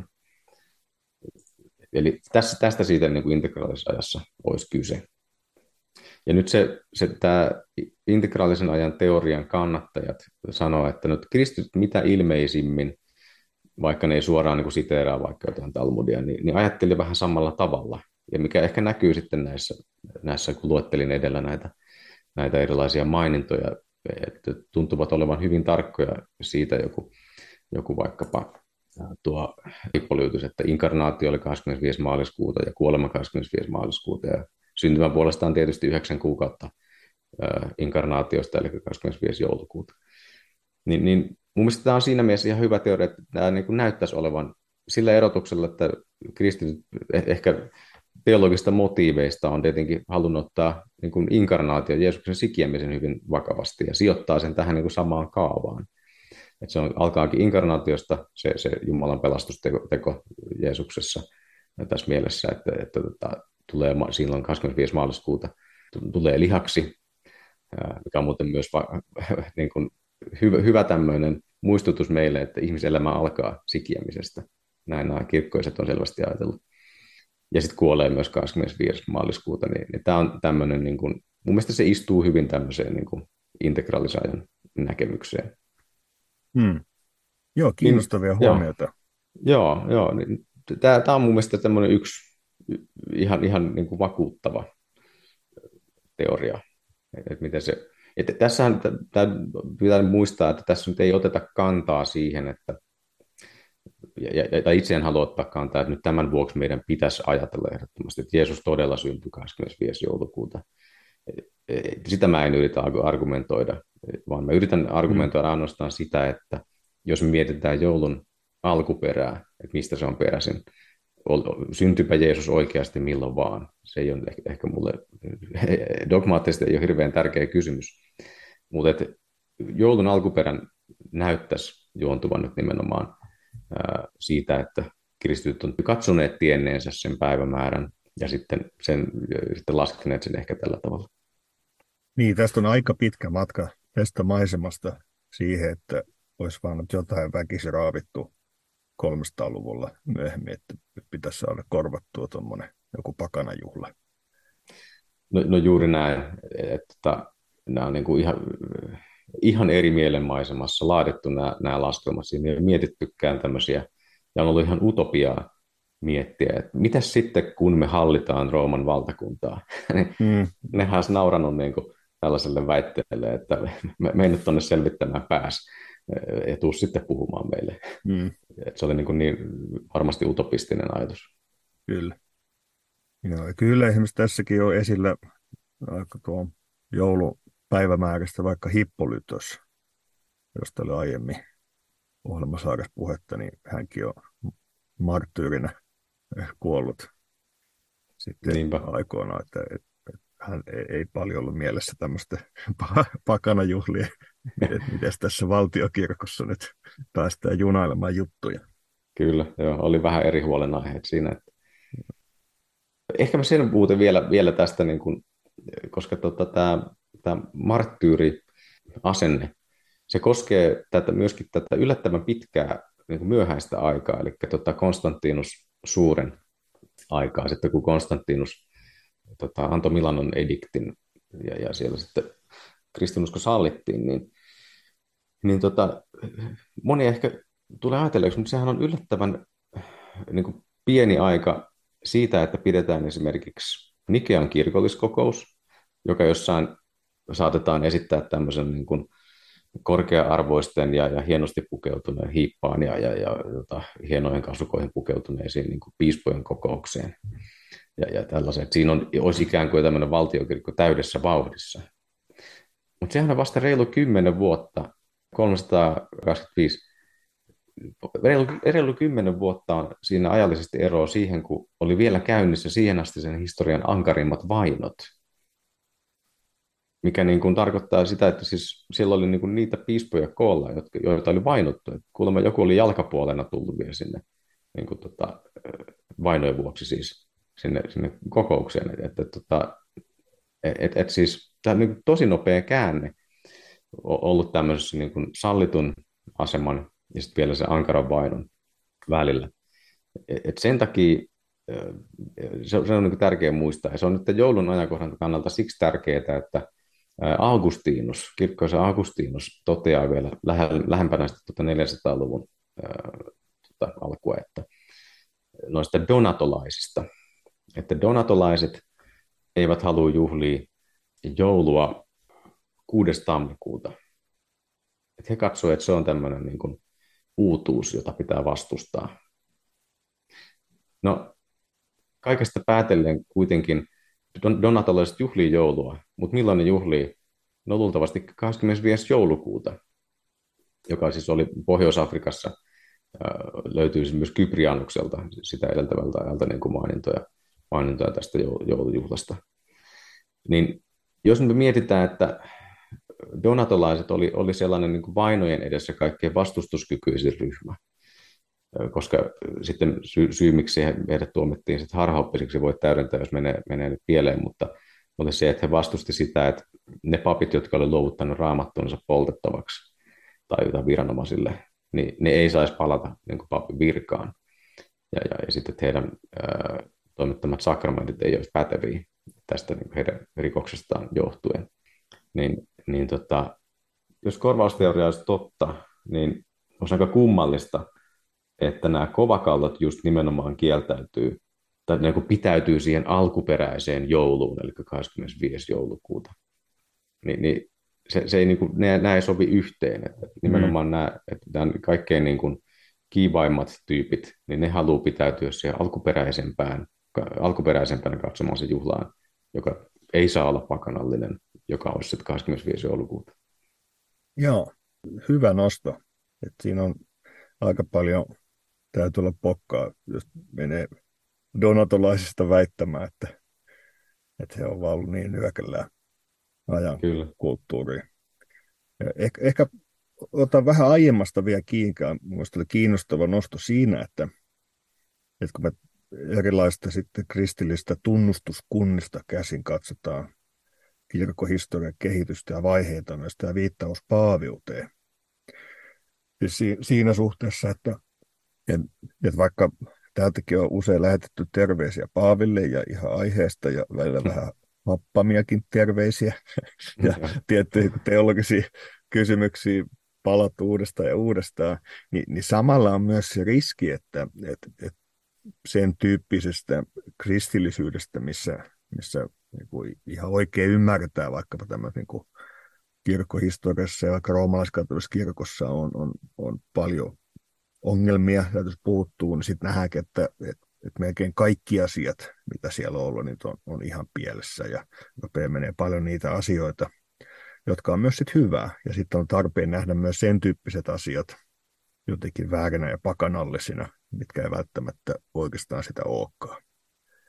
Eli tässä, tästä siitä niin kuin integraalisessa ajassa olisi kyse. Ja nyt se, se, tämä integraalisen ajan teorian kannattajat sanoo, että nyt Kristus mitä ilmeisimmin, vaikka ne ei suoraan niin kuin siteeraa vaikka jotain Talmudia, niin, niin ajatteli vähän samalla tavalla. Ja mikä ehkä näkyy sitten näissä, näissä kun luettelin edellä näitä, näitä erilaisia mainintoja, että tuntuvat olevan hyvin tarkkoja siitä joku, joku vaikkapa tuo Hippolytus, että inkarnaatio oli kahdeskymmenesviides maaliskuuta ja kuolema kahdeskymmenesviides maaliskuuta ja syntymä puolestaan tietysti yhdeksän kuukautta äh, inkarnaatiosta, eli kahdeskymmenesviides joulukuuta. Niin, niin mun mielestä tämä on siinä mielessä ihan hyvä teoria, että tämä niin kuin näyttäisi olevan sillä erotuksella, että kristityt ehkä teologista motiiveista on tietenkin halunnut ottaa niin kuin inkarnaatio, Jeesuksen sikiämisen hyvin vakavasti ja sijoittaa sen tähän niin kuin samaan kaavaan. Että se on, alkaakin inkarnaatiosta se, se Jumalan pelastusteko teko Jeesuksessa ja tässä mielessä, että, että, että tulee silloin kahdeskymmenesviides maaliskuuta tulee lihaksi, mikä on muuten myös va, niin kuin hyvä, hyvä tämmöinen muistutus meille, että ihmiselämä alkaa sikiämisestä. Näin nämä kirkkoiset on selvästi ajatellut. Ja sitten kuolee myös kahdeskymmenesviides maaliskuuta, niin, niin tämä on tämmöinen, niin kuin, mun mielestä se istuu hyvin tämmöiseen niin kuin integraalisajan näkemykseen. Hmm. Joo, Niin, kiinnostavia joo, huomioita. joo, joo. Niin, tämä, tämä on mun mielestä tämmöinen yksi ihan, ihan niin kuin vakuuttava teoria. Että miten se, että tässähän tämä pitää muistaa, että tässä nyt ei oteta kantaa siihen, että ja, ja, tai itse en halua ottaa kantaa, että nyt tämän vuoksi meidän pitäisi ajatella ehdottomasti, että Jeesus todella syntyi kahdeskymmenesviides joulukuuta. Sitä mä en yritä argumentoida, vaan mä yritän argumentoida ainoastaan sitä, että jos me mietitään joulun alkuperää, että mistä se on peräisin, syntypä Jeesus oikeasti milloin vaan. Se ei ole ehkä mulle dogmaattisesti ei ole hirveän tärkeä kysymys, mutta että joulun alkuperän näyttäisi juontuvan nyt nimenomaan siitä, että kristityt on katsoneet tienneensä sen päivämäärän ja sitten, sen, sitten laskeneet sen ehkä tällä tavalla. Niin, tästä on aika pitkä matka tästä maisemasta siihen, että olisi vaan nyt jotain väkisin raavittu kolmesataaluvulla myöhemmin, että pitäisi saada korvattua tuommoinen joku pakanajuhla. No, no juuri näin, että nämä on niin kuin ihan, ihan eri mielenmaisemassa laadittu nämä, nämä laskelmat. Siinä ei ole mietittykään tämmöisiä, ja on ollut ihan utopiaa miettiä, että mitä sitten, kun me hallitaan Rooman valtakuntaa. Mm. Nehän olisi nauranut niin kuin tällaiselle väitteelle, että me, me ei nyt tuonne selvittämään pääs, ja tuu sitten puhumaan meille. Mm. Se oli niin, kuin niin varmasti utopistinen ajatus. Kyllä. Joo, kyllä esimerkiksi tässäkin on esillä aika tuon joulupäivämääristä vaikka Hippolytos, josta oli aiemmin ohjelmasarjassa puhetta, niin hänkin on marttyyrinä kuollut sitten Niinpä. aikoinaan, että, että hän ei, ei paljon ollut mielessä tämmöistä pakanajuhlia, että miten tässä valtiokirkossa nyt päästään junailemaan juttuja. Kyllä, joo, oli vähän eri huolenaiheet siinä. Että ehkä mä sen muuten vielä, vielä tästä, niin kuin, koska tota, tämä, tämä marttyyriasenne, se koskee tätä, myöskin tätä yllättävän pitkää niin kuin myöhäistä aikaa, eli tota Konstantinus Suuren aikaa, sitten kun Konstantinus tota, antoi Milanon ediktin ja, ja siellä sitten kristinusko sallittiin, niin, niin tota, moni ehkä tulee ajatelleeksi, mutta sehän on yllättävän niin kuin pieni aika siitä, että pidetään esimerkiksi Nikean kirkolliskokous, joka jossain saatetaan esittää tämmöisen niin kuin korkea-arvoisten ja, ja hienosti pukeutuneen hiippaan ja, ja, ja jota, hienoihin kasukoihin pukeutuneisiin niin kuin piispojen kokoukseen. Ja, ja tällaiset. Siinä on, olisi ikään kuin tämmöinen valtiokirkko täydessä vauhdissa. Mutta sehän on vasta reilu kymmenen vuotta, kolmesataakaksikymmentäviisi, reilu, reilu kymmenen vuotta on siinä ajallisesti eroa siihen, kun oli vielä käynnissä siihen asti sen historian ankarimmat vainot. Mikä niin kuin tarkoittaa sitä, että siis siellä oli niin kuin niitä piispoja koolla, jotka, joita oli vainottu. Kuulemma joku oli jalkapuolena tullut vielä sinne niin kuin tota, vainojen vuoksi siis sinne, sinne kokoukseen. Että, että, että, et, et siis tämä on niin tosi nopea käänne ollut tämmöisessä niin kuin sallitun aseman ja sitten vielä se ankaran vainon välillä. Et, et sen takia se on, se on niin kuin tärkeä muistaa. Ja se on nyt joulun ajankohdan kannalta siksi tärkeää, että Augustinus, kirkkoisa Augustinus toteaa vielä lähempänä tuota neljänsadan-luvun ää, tuota, alkua, että noista donatolaisista, että donatolaiset eivät halua juhlia joulua kuudes tammikuuta. Että he katsovat, että se on tämmöinen niin kuin uutuus, jota pitää vastustaa. No, kaikesta päätellen kuitenkin donatolaiset juhlii joulua, mutta milloin ne juhlii? No luultavasti kahdeskymmenesviides joulukuuta, joka siis oli Pohjois-Afrikassa, löytyy myös Kyprianukselta, sitä edeltävältä ajalta niin kuin mainintoja, mainintoja tästä joulujuhlasta. Niin jos me mietitään, että donatolaiset oli, oli sellainen niin kuin vainojen edessä kaikkein vastustuskykyisin ryhmä, koska sitten syy, syy miksi heidät tuomittiin sitten harhaoppisiksi, voi täydentää, jos menee, menee nyt pieleen, mutta oli se, että he vastusti sitä, että ne papit, jotka olivat luovuttanut raamattuunsa poltettavaksi tai jotain viranomaisille, niin ne ei saisi palata niin kuin papin virkaan. Ja, ja, ja sitten että heidän ää, toimittamat sakramentit ei olisi päteviä tästä niin kuin heidän rikoksestaan johtuen. Niin, niin tota, jos korvausteoria olisi totta, niin olisi aika kummallista, että nämä kovakallot just nimenomaan kieltäytyy tai niin kuin pitäytyy siihen alkuperäiseen jouluun, eli kahdeskymmenesviides joulukuuta. Ni, niin se, se ei, niin kuin, nämä ei sovi yhteen. Että nimenomaan mm. nämä, että nämä kaikkein niin kuin kiivaimmat tyypit, niin ne haluaa pitäytyä siihen alkuperäisempään, alkuperäisempään katsomaan se juhlaan, joka ei saa olla pakanallinen, joka olisi sitten kahdeskymmenesviides joulukuuta. Joo, hyvä nosto. Että siinä on aika paljon, täytyy olla pokkaa, jos menee donatolaisista väittämään, että, että he ovat ollut niin nyökällään ajan Kyllä. kulttuuriin. Ja ehkä, ehkä otan vähän aiemmasta vielä kiinkaan. Mielestäni oli kiinnostava nosto siinä, että, että kun me erilaista sitten kristillistä tunnustuskunnista käsin katsotaan kirkkohistorian kehitystä ja vaiheita, myös tämä viittaus paaviuteen. Siis si, siinä suhteessa, että, että, että vaikka täältäkin on usein lähetetty terveisiä Paaville ja ihan aiheesta ja välillä vähän happamiakin terveisiä ja tiettyjä teologisia kysymyksiä palattu uudestaan ja uudestaan, niin, niin samalla on myös se riski, että, että, että sen tyyppisestä kristillisyydestä, missä, missä niin kuin ihan oikein ymmärretään vaikkapa tämmöisen niin kuin kirkkohistoriassa ja vaikka roomalaiskatolisessa kirkossa on, on, on paljon ongelmia, ja jos puuttuu, niin sitten nähdäänkin, että, että, että melkein kaikki asiat, mitä siellä on ollut, niin on, on ihan pielessä, ja rupeaa menee paljon niitä asioita, jotka on myös sitten hyvää, ja sitten on tarpeen nähdä myös sen tyyppiset asiat jotenkin väärinä ja pakanallisina, mitkä ei välttämättä oikeastaan sitä olekaan.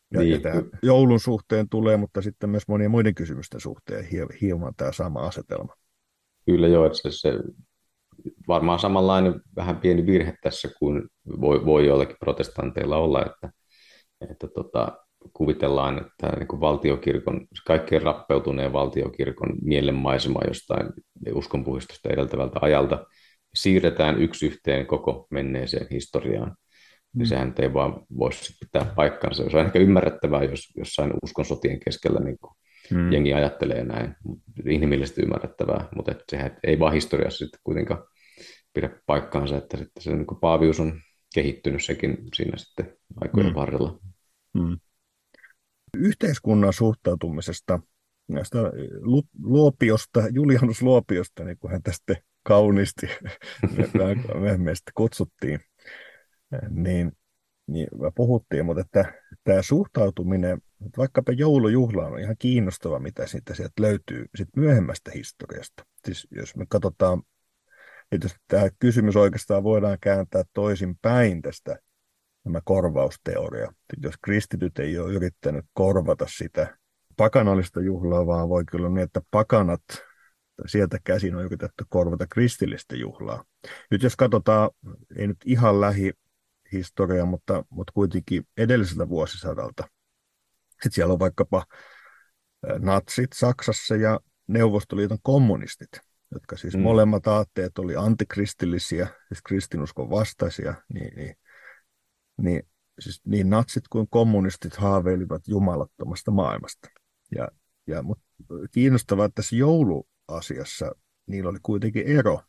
Ja, ja Niin, tämä joulun suhteen tulee, mutta sitten myös monien muiden kysymysten suhteen hieman tämä sama asetelma. kyllä joo, että se, se varmaan samanlainen vähän pieni virhe tässä kuin voi, voi joillakin protestanteilla olla, että, että tota, kuvitellaan, että niin kuin valtiokirkon, kaikkein rappeutuneen valtiokirkon mielenmaisema jostain uskonpuhistosta edeltävältä ajalta siirretään yksi yhteen koko menneeseen historiaan. Niin Mm. sehän ei vaan voisi pitää paikkaansa. Se on ehkä ymmärrettävää, jos jossain uskonsotien keskellä niin kuin Mm. jengi ajattelee näin, inhimillisesti ymmärrettävää, mutta et sehän ei vaan historiassa sitten kuitenkaan pidä paikkaansa, että sitten se niin kuin paavius on kehittynyt sekin siinä sitten aikojen Mm. varrella. Mm. Yhteiskunnan suhtautumisesta näistä Lu- Luopiosta, Julianus Luopiosta, niin kuin hän tästä kauniisti myöhemmin kutsuttiin, niin, niin me puhuttiin, mutta että tämä suhtautuminen, että vaikkapa joulujuhlaan on ihan kiinnostava, mitä siitä sieltä löytyy sit myöhemmästä historiasta. Siis jos me katsotaan, että tämä kysymys oikeastaan voidaan kääntää toisin päin tästä, tämä korvausteoria. Jos kristityt ei ole yrittänyt korvata sitä pakanallista juhlaa, vaan voi kyllä niin, että pakanat sieltä käsin on yritetty korvata kristillistä juhlaa. Nyt jos katsotaan, ei nyt ihan lähihistoriaa, mutta, mutta kuitenkin edelliseltä vuosisadalta, että siellä on vaikkapa natsit Saksassa ja Neuvostoliiton kommunistit, jotka siis Mm. molemmat aatteet oli antikristillisiä, siis kristinuskon vastaisia, niin, niin niin, siis niin natsit kuin kommunistit haaveilivat jumalattomasta maailmasta. Ja, ja, mutta kiinnostavaa, että tässä jouluasiassa niillä oli kuitenkin ero,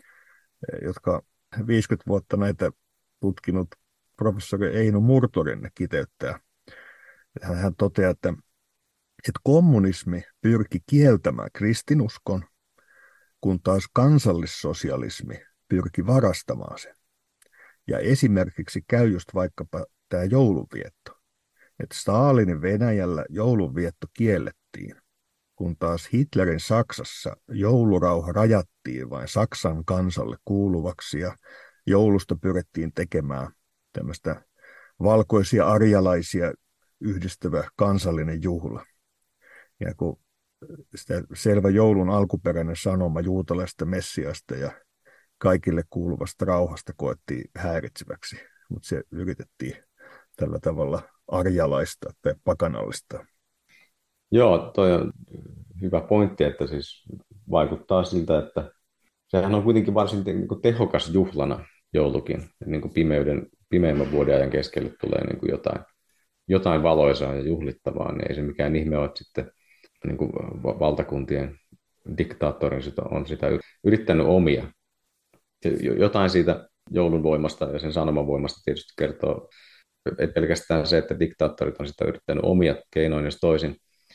jotka viisikymmentä vuotta näitä tutkinut professori Eino Murtonen kiteyttää. Hän, hän toteaa, että, että kommunismi pyrki kieltämään kristinuskon, kun taas kansallissosialismi pyrki varastamaan sen. Ja esimerkiksi käy just vaikkapa tämä joulunvietto. Että Stalinin Venäjällä joulunvietto kiellettiin, kun taas Hitlerin Saksassa joulurauha rajattiin vain Saksan kansalle kuuluvaksi ja joulusta pyrittiin tekemään tämmöistä valkoisia arjalaisia yhdistävä kansallinen juhla. Ja kun sitä selvä joulun alkuperäinen sanoma juutalaisesta Messiasta ja kaikille kuuluvasta rauhasta koettiin häiritseväksi, mutta se yritettiin tällä tavalla arjalaista tai pakanallista. Joo, toi on hyvä pointti, että siis vaikuttaa siltä, että sehän on kuitenkin varsin niin kuin tehokas juhlana joulukin. Niin kuin pimeyden, pimeimmän vuoden ajan keskelle tulee niin kuin jotain, jotain valoisaa ja juhlittavaa, niin ei se mikään ihme ole, että sitten niin kuin valtakuntien diktaattorin on sitä yrittänyt omia. Jotain siitä joulun voimasta ja sen sanoman voimasta tietysti kertoo, ei pelkästään se, että diktaattorit on sitä yrittänyt omia keinoin jos toisin,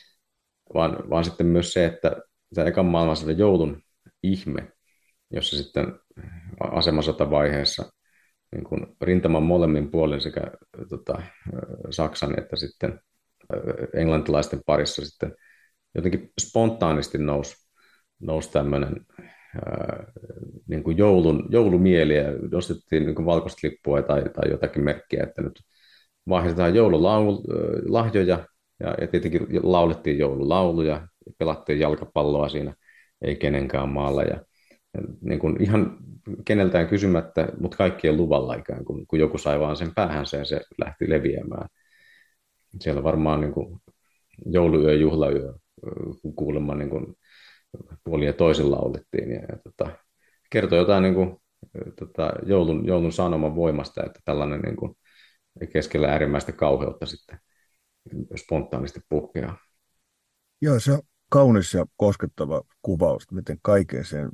vaan, vaan sitten myös se, että tämä ekan maailmansodan joulun ihme, jossa sitten asemasotavaiheessa niin kuin rintaman molemmin puolin sekä tota, Saksan että sitten englantilaisten parissa sitten jotenkin spontaanisti nousi, nousi tämmöinen ää, niin kuin joulun, joulumieliä, nostettiin niin kuin valkoista lippua tai, tai jotakin merkkiä, että nyt vaihdetaan joululahjoja ja, ja tietenkin laulettiin joululauluja, pelattiin jalkapalloa siinä, ei kenenkään maalla ja, ja niin kuin ihan keneltään kysymättä, mutta kaikkien luvalla ikään kuin, kun joku sai vaan sen päähänsä ja se lähti leviämään. Siellä varmaan niin kuin jouluyö, juhlayö, kuulemma niin kuin puolin ja toisin laulettiin ja, ja tota, kertoi jotain niin kuin, tota, joulun, joulun sanoman voimasta, että tällainen niin kuin, keskellä äärimmäistä kauheutta sitten spontaanisti puhkeaa. Joo, se on kaunis ja koskettava kuvaus, miten kaiken sen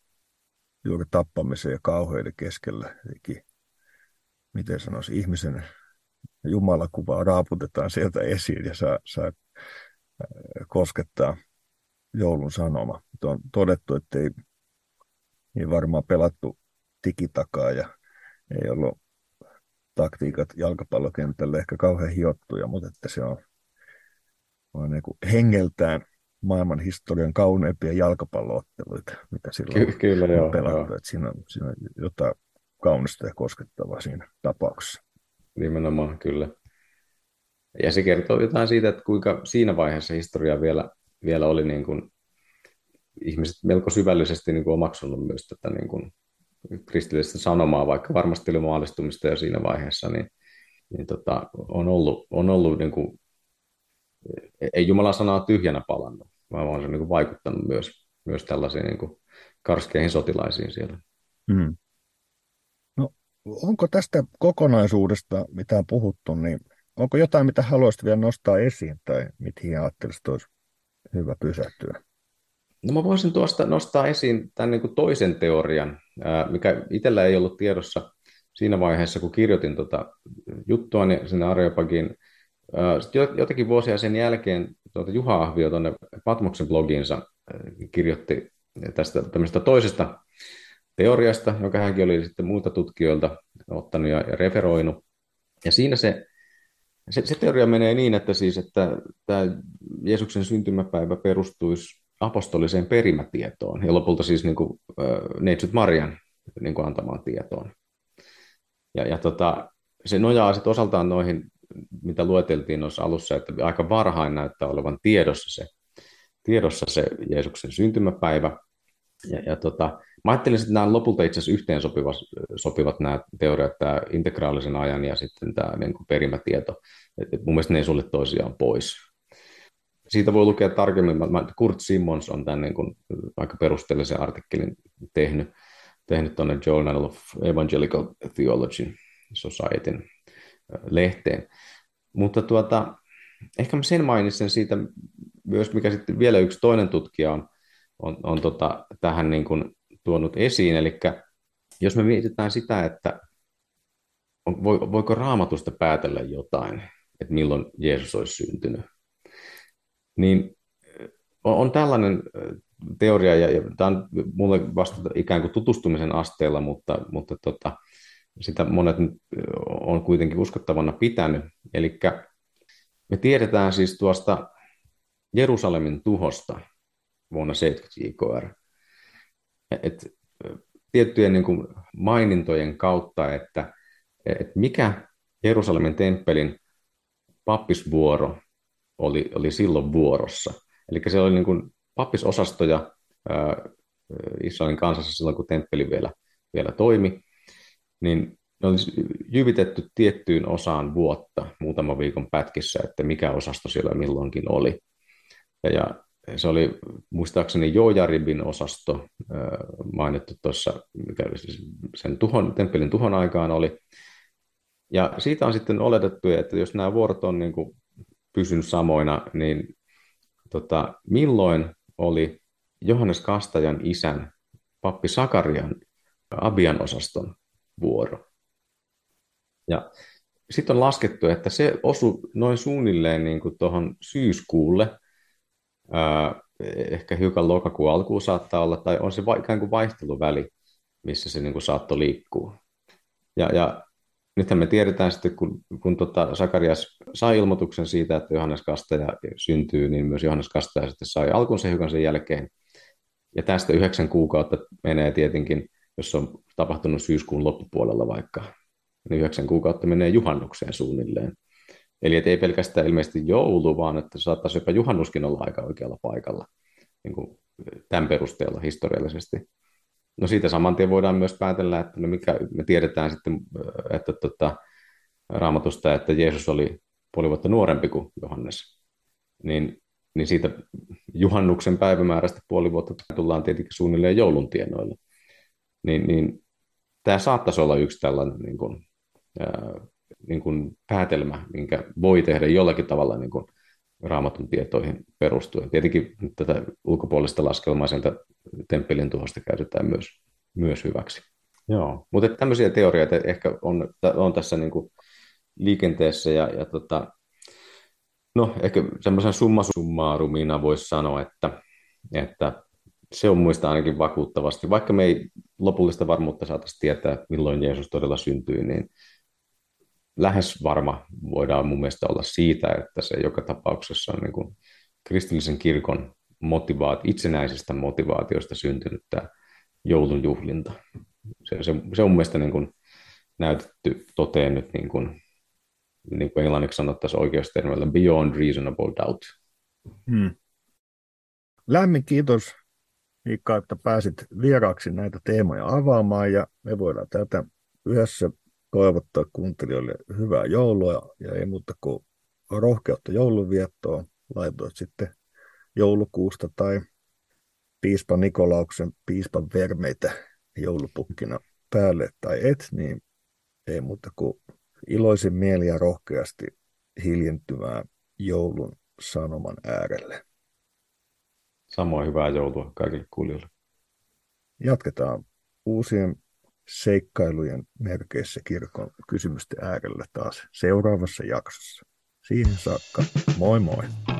juuri tappamisen ja kauheuden keskellä, miten sanoisi, ihmisen jumalakuvaa raaputetaan sieltä esiin ja saa, saa koskettaa joulun sanoma. On todettu, että ei, ei varmaan pelattu tikitakaa ja ei ollut taktiikat jalkapallokentälle ehkä kauhean hiottuja, mutta että se on, on niin kuin hengeltään maailman historian kauneimpia jalkapallootteluita, mitä silloin Ky- kyllä, on joo, pelattu. joo. Että siinä, on, siinä on jotain kaunista ja koskettavaa siinä tapauksessa. Nimenomaan, kyllä. Ja se kertoo jotain siitä, että kuinka siinä vaiheessa historia vielä, vielä oli niin kuin, ihmiset melko syvällisesti niin kuin omaksunut myös tätä niin kuin kristillistä sanomaa, vaikka varmasti oli maallistumista jo siinä vaiheessa, niin, niin tota, on ollut, on ollut niin kuin, ei Jumalan sanaa tyhjänä palannut, vaan on se niin kuin vaikuttanut myös, myös tällaisiin niin kuin karskeihin sotilaisiin siellä. Mm. No, onko tästä kokonaisuudesta, mitä on puhuttu, niin onko jotain, mitä haluaisit vielä nostaa esiin tai mihin ajattelisit olisi hyvä pysähtyä? No mä voisin tuosta nostaa esiin tämän niin kuin toisen teorian, ää, mikä itsellä ei ollut tiedossa siinä vaiheessa, kun kirjoitin tuota juttua niin sinne Areopagiin. Ää, sit jo- jotakin vuosia sen jälkeen tuota Juha Ahvio tuonne Patmoksen blogiinsa ää, kirjoitti tästä tämmöisestä toisesta teoriasta, jonka hänkin oli sitten muilta tutkijoilta ottanut ja, ja referoinut. Ja siinä se, se, se teoria menee niin, että siis, että tämä Jeesuksen syntymäpäivä perustuisi apostoliseen perimätietoon ja lopulta siis niin kuin, äh, neitsyt Marian niin kuin antamaan tietoon. Ja, ja tota, se nojaa sitten osaltaan noihin, mitä lueteltiin noissa alussa, että aika varhain näyttää olevan tiedossa se, tiedossa se Jeesuksen syntymäpäivä. Ja, ja tota, mä ajattelin, että nämä on lopulta itse asiassa yhteen sopivat, sopivat nämä teoriat, tämä integraalisen ajan ja sitten tämä niin kuin perimätieto. Et, et mun mielestä ne ei sulle toisiaan pois. Siitä voi lukea tarkemmin. Kurt Simmons on tämän niin kuin aika perusteellisen artikkelin tehnyt, tehnyt tuonne Journal of Evangelical Theology Societyn lehteen. Mutta tuota, ehkä mä sen mainitsen siitä myös, mikä sitten vielä yksi toinen tutkija on, on, on tota, tähän niin kuin tuonut esiin. Eli jos me mietitään sitä, että on, voiko Raamatusta päätellä jotain, että milloin Jeesus olisi syntynyt, niin on, on tällainen teoria, ja, ja tämä on mulle vasta ikään kuin tutustumisen asteella, mutta, mutta tota, sitä monet on kuitenkin uskottavana pitänyt. Eli me tiedetään siis tuosta Jerusalemin tuhosta vuonna seitsemänkymmentä J K R, että tiettyjen niin kuin mainintojen kautta, että, että mikä Jerusalemin temppelin pappisvuoro oli, oli silloin vuorossa. Eli se oli niin kuin pappisosastoja ää, Israelin kansassa silloin, kun temppeli vielä, vielä toimi, niin ne olisi jyvitetty tiettyyn osaan vuotta muutaman viikon pätkissä, että mikä osasto siellä milloinkin oli. Ja, ja se oli muistaakseni Jojaribin osasto mainittu tuossa, mikä siis sen tuhon, temppelin tuhon aikaan oli. Ja siitä on sitten oletettu, että jos nämä vuorot on niin kuin pysynyt samoina, niin tota, milloin oli Johannes Kastajan isän pappi Sakarian Abian osaston vuoro. Ja sitten on laskettu, että se osui noin suunnilleen niin kuin tuohon syyskuulle, ää, ehkä hiukan lokakuun alkuun saattaa olla, tai on se va- ikään kuin vaihteluväli, missä se niin kuin saattoi liikkua. Ja, ja nythän me tiedetään sitten, kun, kun tota Sakarias sai ilmoituksen siitä, että Johannes Kastaja syntyy, niin myös Johannes Kastaja sitten sai alkunsa hiukan sen jälkeen. Ja tästä yhdeksän kuukautta menee tietenkin, jos on tapahtunut syyskuun loppupuolella vaikka, niin yhdeksän kuukautta menee juhannukseen suunnilleen. Eli ei pelkästään ilmeisesti joulu, vaan että saattaisi jopa juhannuskin olla aika oikealla paikalla niin kuin tämän perusteella historiallisesti. No siitä saman tien voidaan myös päätellä, että no mikä, me tiedetään sitten, että tota, Raamatusta, että Jeesus oli puoli vuotta nuorempi kuin Johannes. Niin, niin siitä juhannuksen päivämäärästä puoli vuotta tullaan tietenkin suunnilleen joulun tienoille. Niin, niin tämä saattaisi olla yksi tällainen niin kuin, ää, niin kuin päätelmä, minkä voi tehdä jollakin tavalla niin kuin Raamatun tietoihin perustuen. Tietenkin tätä ulkopuolista laskelmaa sieltä temppelin tuhosta käytetään myös, myös hyväksi. Joo, mutta tämmöisiä teorioita ehkä on, on tässä niin kuin liikenteessä ja, ja tota, no ehkä semmoisen summa summarumina voisi sanoa, että, että se on muista ainakin vakuuttavasti. Vaikka me ei lopullista varmuutta saataisiin tietää, milloin Jeesus todella syntyi, niin lähes varma voidaan mun mielestä olla siitä, että se joka tapauksessa on niin kuin kristillisen kirkon motivaat, itsenäisestä motivaatiosta syntynyt tämä joulun juhlinta. Se, se, se on mun mielestä niin kuin näytetty toteen nyt niin kuin niin kuin englanniksi sanottaisiin oikeustermillä beyond reasonable doubt. Hmm. Lämmin kiitos, Miikka, että pääsit vieraaksi näitä teemoja avaamaan, ja me voidaan tätä yhdessä toivottaa kuuntelijoille hyvää joulua, ja ei muuta kuin rohkeutta joulunviettoa. Laitoit sitten joulukuusta tai piispa Nikolauksen piispan vermeitä joulupukkina päälle tai et, niin ei muuta kuin iloisin mieli ja rohkeasti hiljentymään joulun sanoman äärelle. Samoin hyvää joulua kaikille kuulijoille. Jatketaan uusien seikkailujen merkeissä kirkon kysymysten äärellä taas seuraavassa jaksossa. Siihen saakka, moi moi!